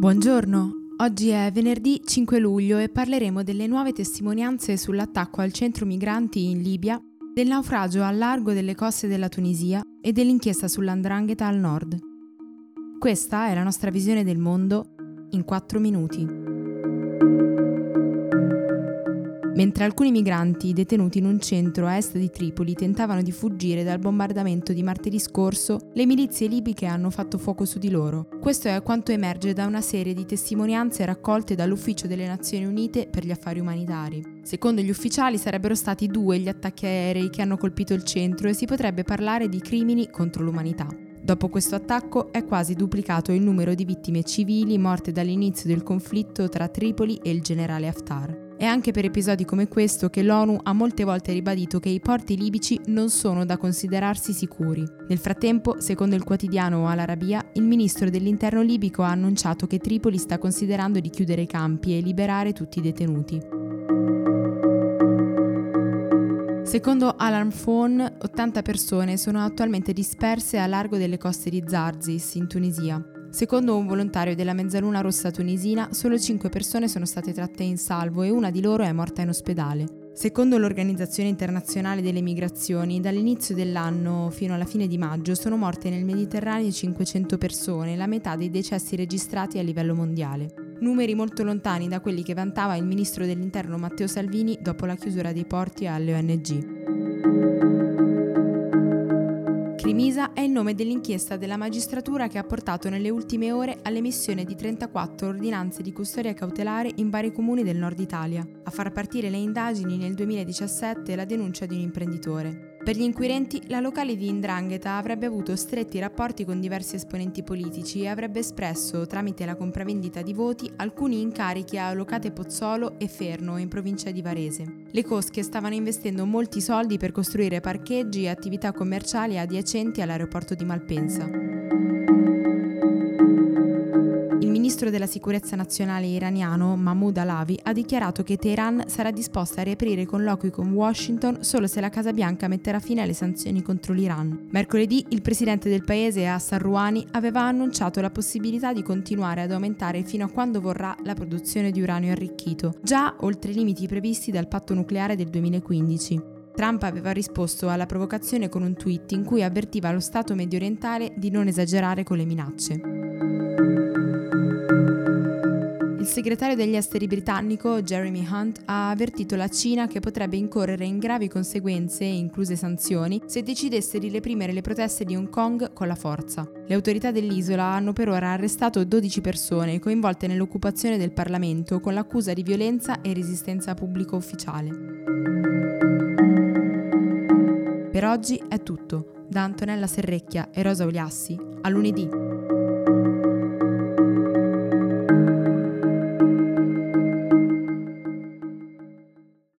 Buongiorno, oggi è venerdì 5 luglio e parleremo delle nuove testimonianze sull'attacco al centro migranti in Libia, del naufragio al largo delle coste della Tunisia e dell'inchiesta sull''ndrangheta al nord. Questa è la nostra visione del mondo in 4 minuti. Mentre alcuni migranti detenuti in un centro a est di Tripoli tentavano di fuggire dal bombardamento di martedì scorso, le milizie libiche hanno fatto fuoco su di loro. Questo è quanto emerge da una serie di testimonianze raccolte dall'Ufficio delle Nazioni Unite per gli affari umanitari. Secondo gli ufficiali sarebbero stati 2 gli attacchi aerei che hanno colpito il centro e si potrebbe parlare di crimini contro l'umanità. Dopo questo attacco è quasi duplicato il numero di vittime civili morte dall'inizio del conflitto tra Tripoli e il generale Haftar. È anche per episodi come questo che l'ONU ha molte volte ribadito che i porti libici non sono da considerarsi sicuri. Nel frattempo, secondo il quotidiano Al Arabiya, il ministro dell'interno libico ha annunciato che Tripoli sta considerando di chiudere i campi e liberare tutti i detenuti. Secondo Alarm Phone, 80 persone sono attualmente disperse a largo delle coste di Zarzis, in Tunisia. Secondo un volontario della Mezzaluna Rossa tunisina, solo 5 persone sono state tratte in salvo e una di loro è morta in ospedale. Secondo l'Organizzazione Internazionale delle Migrazioni, dall'inizio dell'anno fino alla fine di maggio sono morte nel Mediterraneo 500 persone, la metà dei decessi registrati a livello mondiale. Numeri molto lontani da quelli che vantava il ministro dell'interno Matteo Salvini dopo la chiusura dei porti alle ONG. Crimisa è il nome dell'inchiesta della magistratura che ha portato nelle ultime ore all'emissione di 34 ordinanze di custodia cautelare in vari comuni del nord Italia. A far partire le indagini nel 2017 la denuncia di un imprenditore. Per gli inquirenti, la locale di 'ndrangheta avrebbe avuto stretti rapporti con diversi esponenti politici e avrebbe espresso, tramite la compravendita di voti, alcuni incarichi a Locate Pozzolo e Ferno, in provincia di Varese. Le cosche stavano investendo molti soldi per costruire parcheggi e attività commerciali adiacenti all'aeroporto di Malpensa. Il ministro della sicurezza nazionale iraniano, Mahmoud Alavi, ha dichiarato che Teheran sarà disposta a riaprire i colloqui con Washington solo se la Casa Bianca metterà fine alle sanzioni contro l'Iran. Mercoledì il presidente del paese, Hassan Rouhani, aveva annunciato la possibilità di continuare ad aumentare fino a quando vorrà la produzione di uranio arricchito, già oltre i limiti previsti dal patto nucleare del 2015. Trump aveva risposto alla provocazione con un tweet in cui avvertiva lo Stato mediorientale di non esagerare con le minacce. Il segretario degli esteri britannico, Jeremy Hunt, ha avvertito la Cina che potrebbe incorrere in gravi conseguenze, incluse sanzioni, se decidesse di reprimere le proteste di Hong Kong con la forza. Le autorità dell'isola hanno per ora arrestato 12 persone coinvolte nell'occupazione del Parlamento con l'accusa di violenza e resistenza pubblico ufficiale. Per oggi è tutto. Da Antonella Serrecchia e Rosa Oliassi. A lunedì!